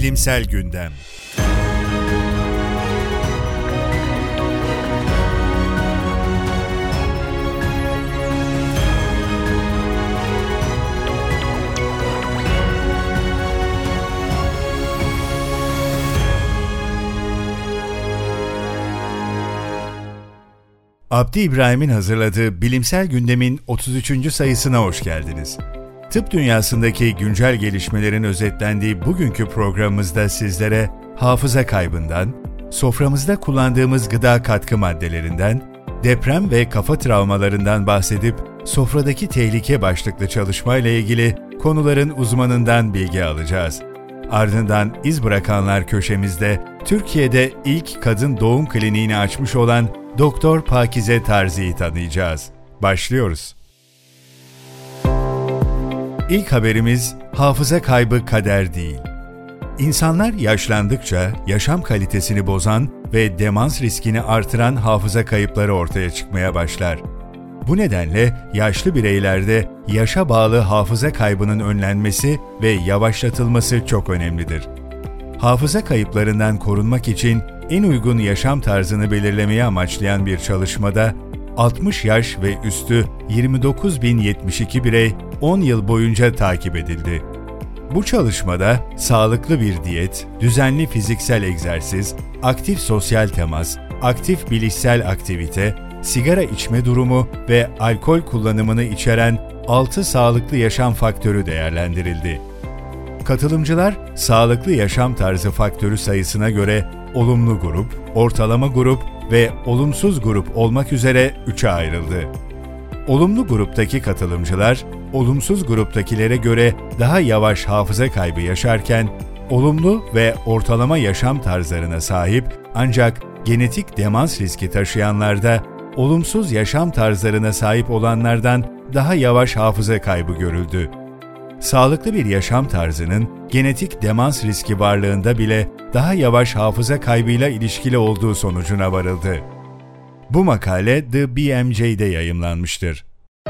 Bilimsel Gündem. Abdi İbrahim'in hazırladığı Bilimsel Gündem'in 33. sayısına hoş geldiniz. Tıp dünyasındaki güncel gelişmelerin özetlendiği bugünkü programımızda sizlere hafıza kaybından, soframızda kullandığımız gıda katkı maddelerinden, deprem ve kafa travmalarından bahsedip sofradaki tehlike başlıklı çalışmayla ilgili konuların uzmanından bilgi alacağız. Ardından iz bırakanlar köşemizde Türkiye'de ilk kadın doğum kliniğini açmış olan Doktor Pakize Tarzi'yi tanıyacağız. Başlıyoruz. İlk haberimiz, hafıza kaybı kader değil. İnsanlar yaşlandıkça yaşam kalitesini bozan ve demans riskini artıran hafıza kayıpları ortaya çıkmaya başlar. Bu nedenle yaşlı bireylerde yaşa bağlı hafıza kaybının önlenmesi ve yavaşlatılması çok önemlidir. Hafıza kayıplarından korunmak için en uygun yaşam tarzını belirlemeyi amaçlayan bir çalışmada 60 yaş ve üstü 29.072 birey 10 yıl boyunca takip edildi. Bu çalışmada sağlıklı bir diyet, düzenli fiziksel egzersiz, aktif sosyal temas, aktif bilişsel aktivite, sigara içme durumu ve alkol kullanımını içeren 6 sağlıklı yaşam faktörü değerlendirildi. Katılımcılar, sağlıklı yaşam tarzı faktörü sayısına göre olumlu grup, ortalama grup ve olumsuz grup olmak üzere 3'e ayrıldı. Olumlu gruptaki katılımcılar, olumsuz gruptakilere göre daha yavaş hafıza kaybı yaşarken, olumlu ve ortalama yaşam tarzlarına sahip ancak genetik demans riski taşıyanlarda, olumsuz yaşam tarzlarına sahip olanlardan daha yavaş hafıza kaybı görüldü. Sağlıklı bir yaşam tarzının genetik demans riski varlığında bile daha yavaş hafıza kaybıyla ilişkili olduğu sonucuna varıldı. Bu makale The BMJ'de yayımlanmıştır.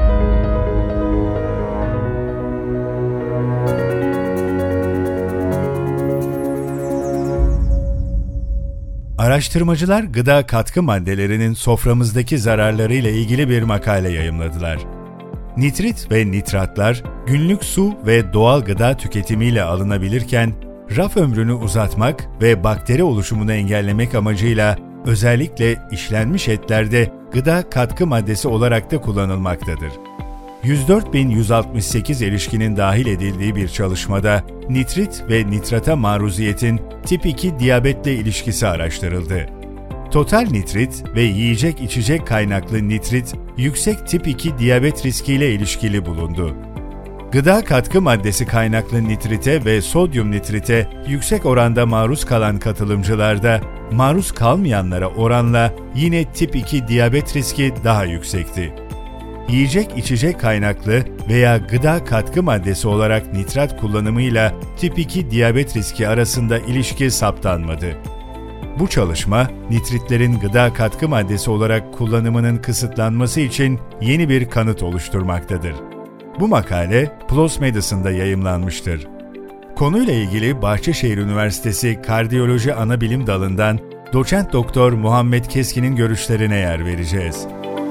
Araştırmacılar gıda katkı maddelerinin soframızdaki zararlarıyla ilgili bir makale yayımladılar. Nitrit ve nitratlar günlük su ve doğal gıda tüketimiyle alınabilirken, raf ömrünü uzatmak ve bakteri oluşumunu engellemek amacıyla özellikle işlenmiş etlerde gıda katkı maddesi olarak da kullanılmaktadır. 104.168 erişkinin dahil edildiği bir çalışmada nitrit ve nitrata maruziyetin tip 2 diyabetle ilişkisi araştırıldı. Total nitrit ve yiyecek içecek kaynaklı nitrit, yüksek tip 2 diyabet riskiyle ilişkili bulundu. Gıda katkı maddesi kaynaklı nitrite ve sodyum nitrite yüksek oranda maruz kalan katılımcılarda, maruz kalmayanlara oranla yine tip 2 diyabet riski daha yüksekti. Yiyecek içecek kaynaklı veya gıda katkı maddesi olarak nitrat kullanımıyla tip 2 diyabet riski arasında ilişki saptanmadı. Bu çalışma, nitritlerin gıda katkı maddesi olarak kullanımının kısıtlanması için yeni bir kanıt oluşturmaktadır. Bu makale PLOS Medicine'da yayımlanmıştır. Konuyla ilgili Bahçeşehir Üniversitesi Kardiyoloji Anabilim Dalı'ndan Doçent Doktor Muhammed Keskin'in görüşlerine yer vereceğiz.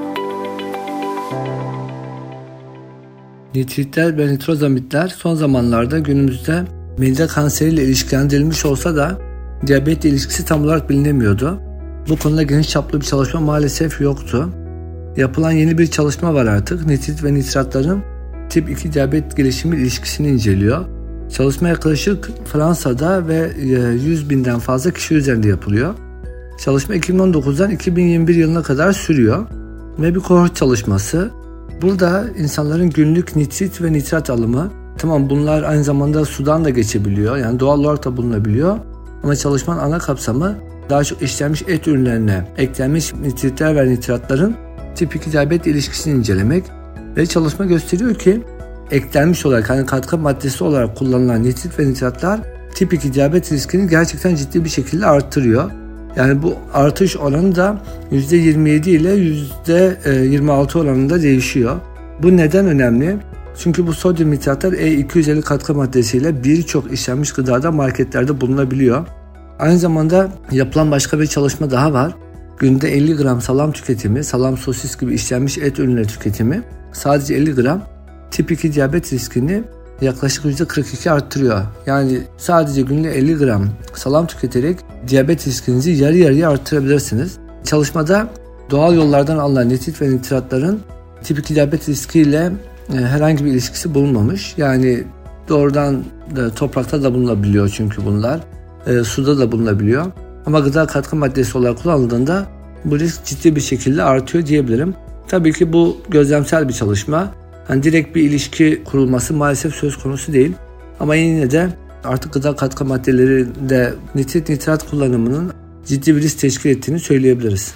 Nitritler ve nitrozamitler son zamanlarda günümüzde mide kanseriyle ilişkilendirilmiş olsa da diyabetle ilişkisi tam olarak bilinemiyordu. Bu konuda geniş çaplı bir çalışma maalesef yoktu. Yapılan yeni bir çalışma var artık. Nitrit ve nitratların tip 2 diyabet gelişimi ilişkisini inceliyor. Çalışma yaklaşık Fransa'da ve 100.000'den fazla kişi üzerinde yapılıyor. Çalışma 2019'dan 2021 yılına kadar sürüyor ve bir kohort çalışması. Burada insanların günlük nitrit ve nitrat alımı, tamam bunlar aynı zamanda sudan da geçebiliyor, yani doğal olarak da bulunabiliyor. Ama çalışmanın ana kapsamı daha çok işlenmiş et ürünlerine eklenmiş nitritler ve nitratların tip 2 diyabet ilişkisini incelemek. Ve çalışma gösteriyor ki eklenmiş olarak, hani katkı maddesi olarak kullanılan nitrit ve nitratlar tip 2 diyabet riskini gerçekten ciddi bir şekilde arttırıyor. Yani bu artış oranı da %27 ile %26 oranında değişiyor. Bu neden önemli? Çünkü bu sodyum nitratlar E250 katkı maddesiyle birçok işlenmiş gıdada marketlerde bulunabiliyor. Aynı zamanda yapılan başka bir çalışma daha var. Günde 50 gram salam tüketimi, salam, sosis gibi işlenmiş et ürünleri tüketimi sadece 50 gram tip 2 diyabet riskini yaklaşık %42 arttırıyor. Yani sadece günde 50 gram salam tüketerek diyabet riskinizi yarı yarıya arttırabilirsiniz. Çalışmada doğal yollardan alınan nitrit ve nitratların tip 2 diyabet riskiyle herhangi bir ilişkisi bulunmamış. Yani doğrudan da toprakta da bulunabiliyor çünkü bunlar. Suda da bulunabiliyor. Ama gıda katkı maddesi olarak kullanıldığında bu risk ciddi bir şekilde artıyor diyebilirim. Tabii ki bu gözlemsel bir çalışma. Direkt bir ilişki kurulması maalesef söz konusu değil. Ama yine de artık gıda katkı maddelerinde nitrit nitrat kullanımının ciddi bir risk teşkil ettiğini söyleyebiliriz.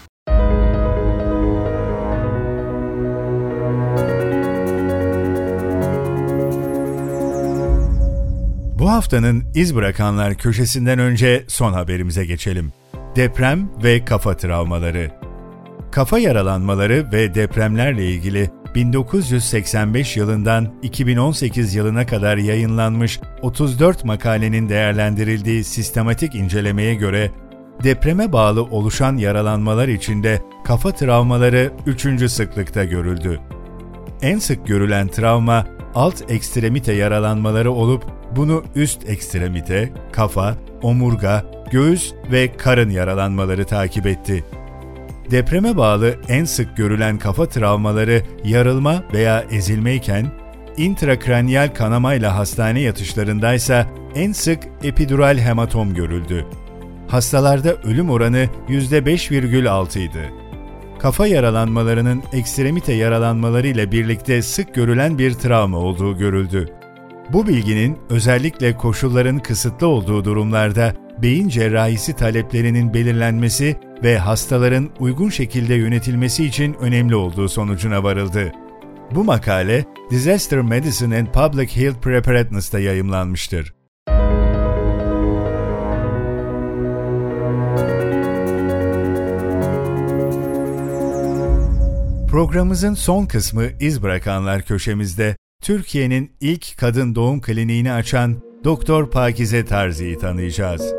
Bu haftanın iz bırakanlar köşesinden önce son haberimize geçelim. Deprem ve kafa travmaları. Kafa yaralanmaları ve depremlerle ilgili 1985 yılından 2018 yılına kadar yayınlanmış 34 makalenin değerlendirildiği sistematik incelemeye göre depreme bağlı oluşan yaralanmalar içinde kafa travmaları 3. sıklıkta görüldü. En sık görülen travma alt ekstremite yaralanmaları olup bunu üst ekstremite, kafa, omurga, göğüs ve karın yaralanmaları takip etti. Depreme bağlı en sık görülen kafa travmaları yarılma veya ezilmeyken, intrakraniyal kanamayla hastane yatışlarındaysa en sık epidural hematom görüldü. Hastalarda ölüm oranı %5,6 idi. Kafa yaralanmalarının ekstremite yaralanmaları ile birlikte sık görülen bir travma olduğu görüldü. Bu bilginin özellikle koşulların kısıtlı olduğu durumlarda beyin cerrahisi taleplerinin belirlenmesi ve hastaların uygun şekilde yönetilmesi için önemli olduğu sonucuna varıldı. Bu makale Disaster Medicine and Public Health Preparedness'ta yayımlanmıştır. Programımızın son kısmı iz bırakanlar köşemizde Türkiye'nin ilk kadın doğum kliniğini açan Doktor Pakize Tarzi'yi tanıyacağız.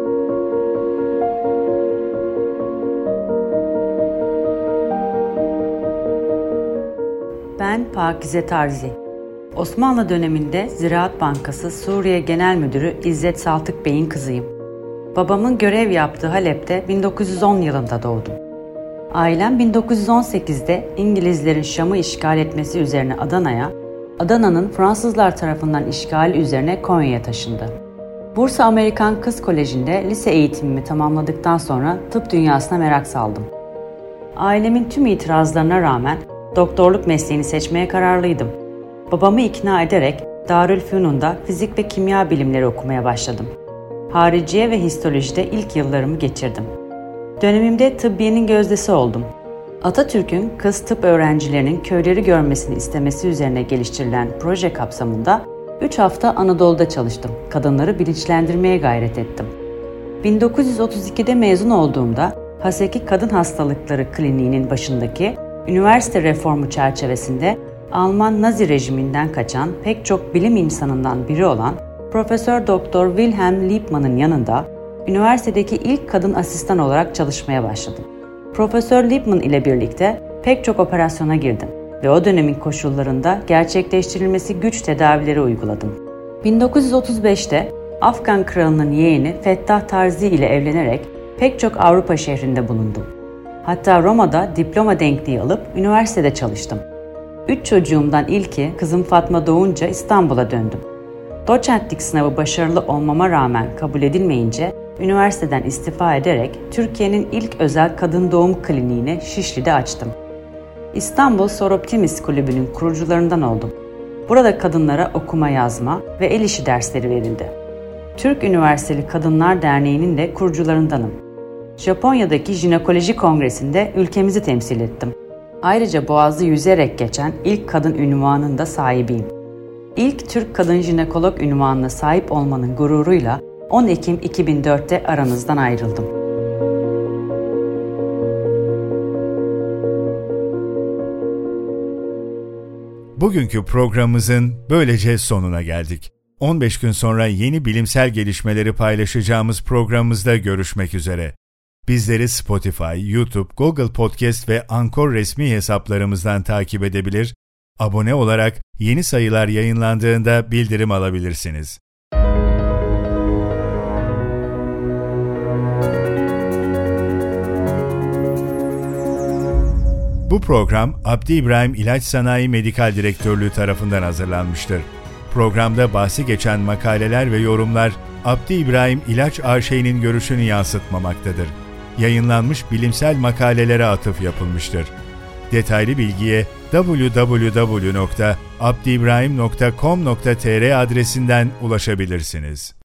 Ben Pakize Tarzi. Osmanlı döneminde Ziraat Bankası Suriye Genel Müdürü İzzet Saltık Bey'in kızıyım. Babamın görev yaptığı Halep'te 1910 yılında doğdum. Ailem 1918'de İngilizlerin Şam'ı işgal etmesi üzerine Adana'ya, Adana'nın Fransızlar tarafından işgali üzerine Konya'ya taşındı. Bursa Amerikan Kız Koleji'nde lise eğitimimi tamamladıktan sonra tıp dünyasına merak saldım. Ailemin tüm itirazlarına rağmen doktorluk mesleğini seçmeye kararlıydım. Babamı ikna ederek Darülfünun'da fizik ve kimya bilimleri okumaya başladım. Hariciye ve histolojide ilk yıllarımı geçirdim. Dönemimde tıbbiyenin gözdesi oldum. Atatürk'ün kız tıp öğrencilerinin köyleri görmesini istemesi üzerine geliştirilen proje kapsamında 3 hafta Anadolu'da çalıştım. Kadınları bilinçlendirmeye gayret ettim. 1932'de mezun olduğumda Haseki Kadın Hastalıkları Kliniği'nin başındaki üniversite reformu çerçevesinde Alman Nazi rejiminden kaçan pek çok bilim insanından biri olan Profesör Doktor Wilhelm Liebmann'ın yanında üniversitedeki ilk kadın asistan olarak çalışmaya başladım. Profesör Liebmann ile birlikte pek çok operasyona girdim ve o dönemin koşullarında gerçekleştirilmesi güç tedavileri uyguladım. 1935'te Afgan kralının yeğeni Fettah Tarzi ile evlenerek pek çok Avrupa şehrinde bulundum. Hatta Roma'da diploma denkliği alıp üniversitede çalıştım. 3 çocuğumdan ilki kızım Fatma doğunca İstanbul'a döndüm. Doçentlik sınavı başarılı olmama rağmen kabul edilmeyince üniversiteden istifa ederek Türkiye'nin ilk özel kadın doğum kliniğini Şişli'de açtım. İstanbul Soroptimis Kulübü'nün kurucularından oldum. Burada kadınlara okuma yazma ve el işi dersleri verildi. Türk Üniversiteli Kadınlar Derneği'nin de kurucularındanım. Japonya'daki jinekoloji kongresinde ülkemizi temsil ettim. Ayrıca Boğaz'ı yüzerek geçen ilk kadın ünvanının da sahibiyim. İlk Türk kadın jinekolog ünvanına sahip olmanın gururuyla 10 Ekim 2004'te aranızdan ayrıldım. Bugünkü programımızın böylece sonuna geldik. 15 gün sonra yeni bilimsel gelişmeleri paylaşacağımız programımızda görüşmek üzere. Bizleri Spotify, YouTube, Google Podcast ve Anchor resmi hesaplarımızdan takip edebilir, abone olarak yeni sayılar yayınlandığında bildirim alabilirsiniz. Bu program Abdi İbrahim İlaç Sanayi Medikal Direktörlüğü tarafından hazırlanmıştır. Programda bahsi geçen makaleler ve yorumlar Abdi İbrahim İlaç AŞ'nin görüşünü yansıtmamaktadır. Yayınlanmış bilimsel makalelere atıf yapılmıştır. Detaylı bilgiye www.abdiibrahim.com.tr adresinden ulaşabilirsiniz.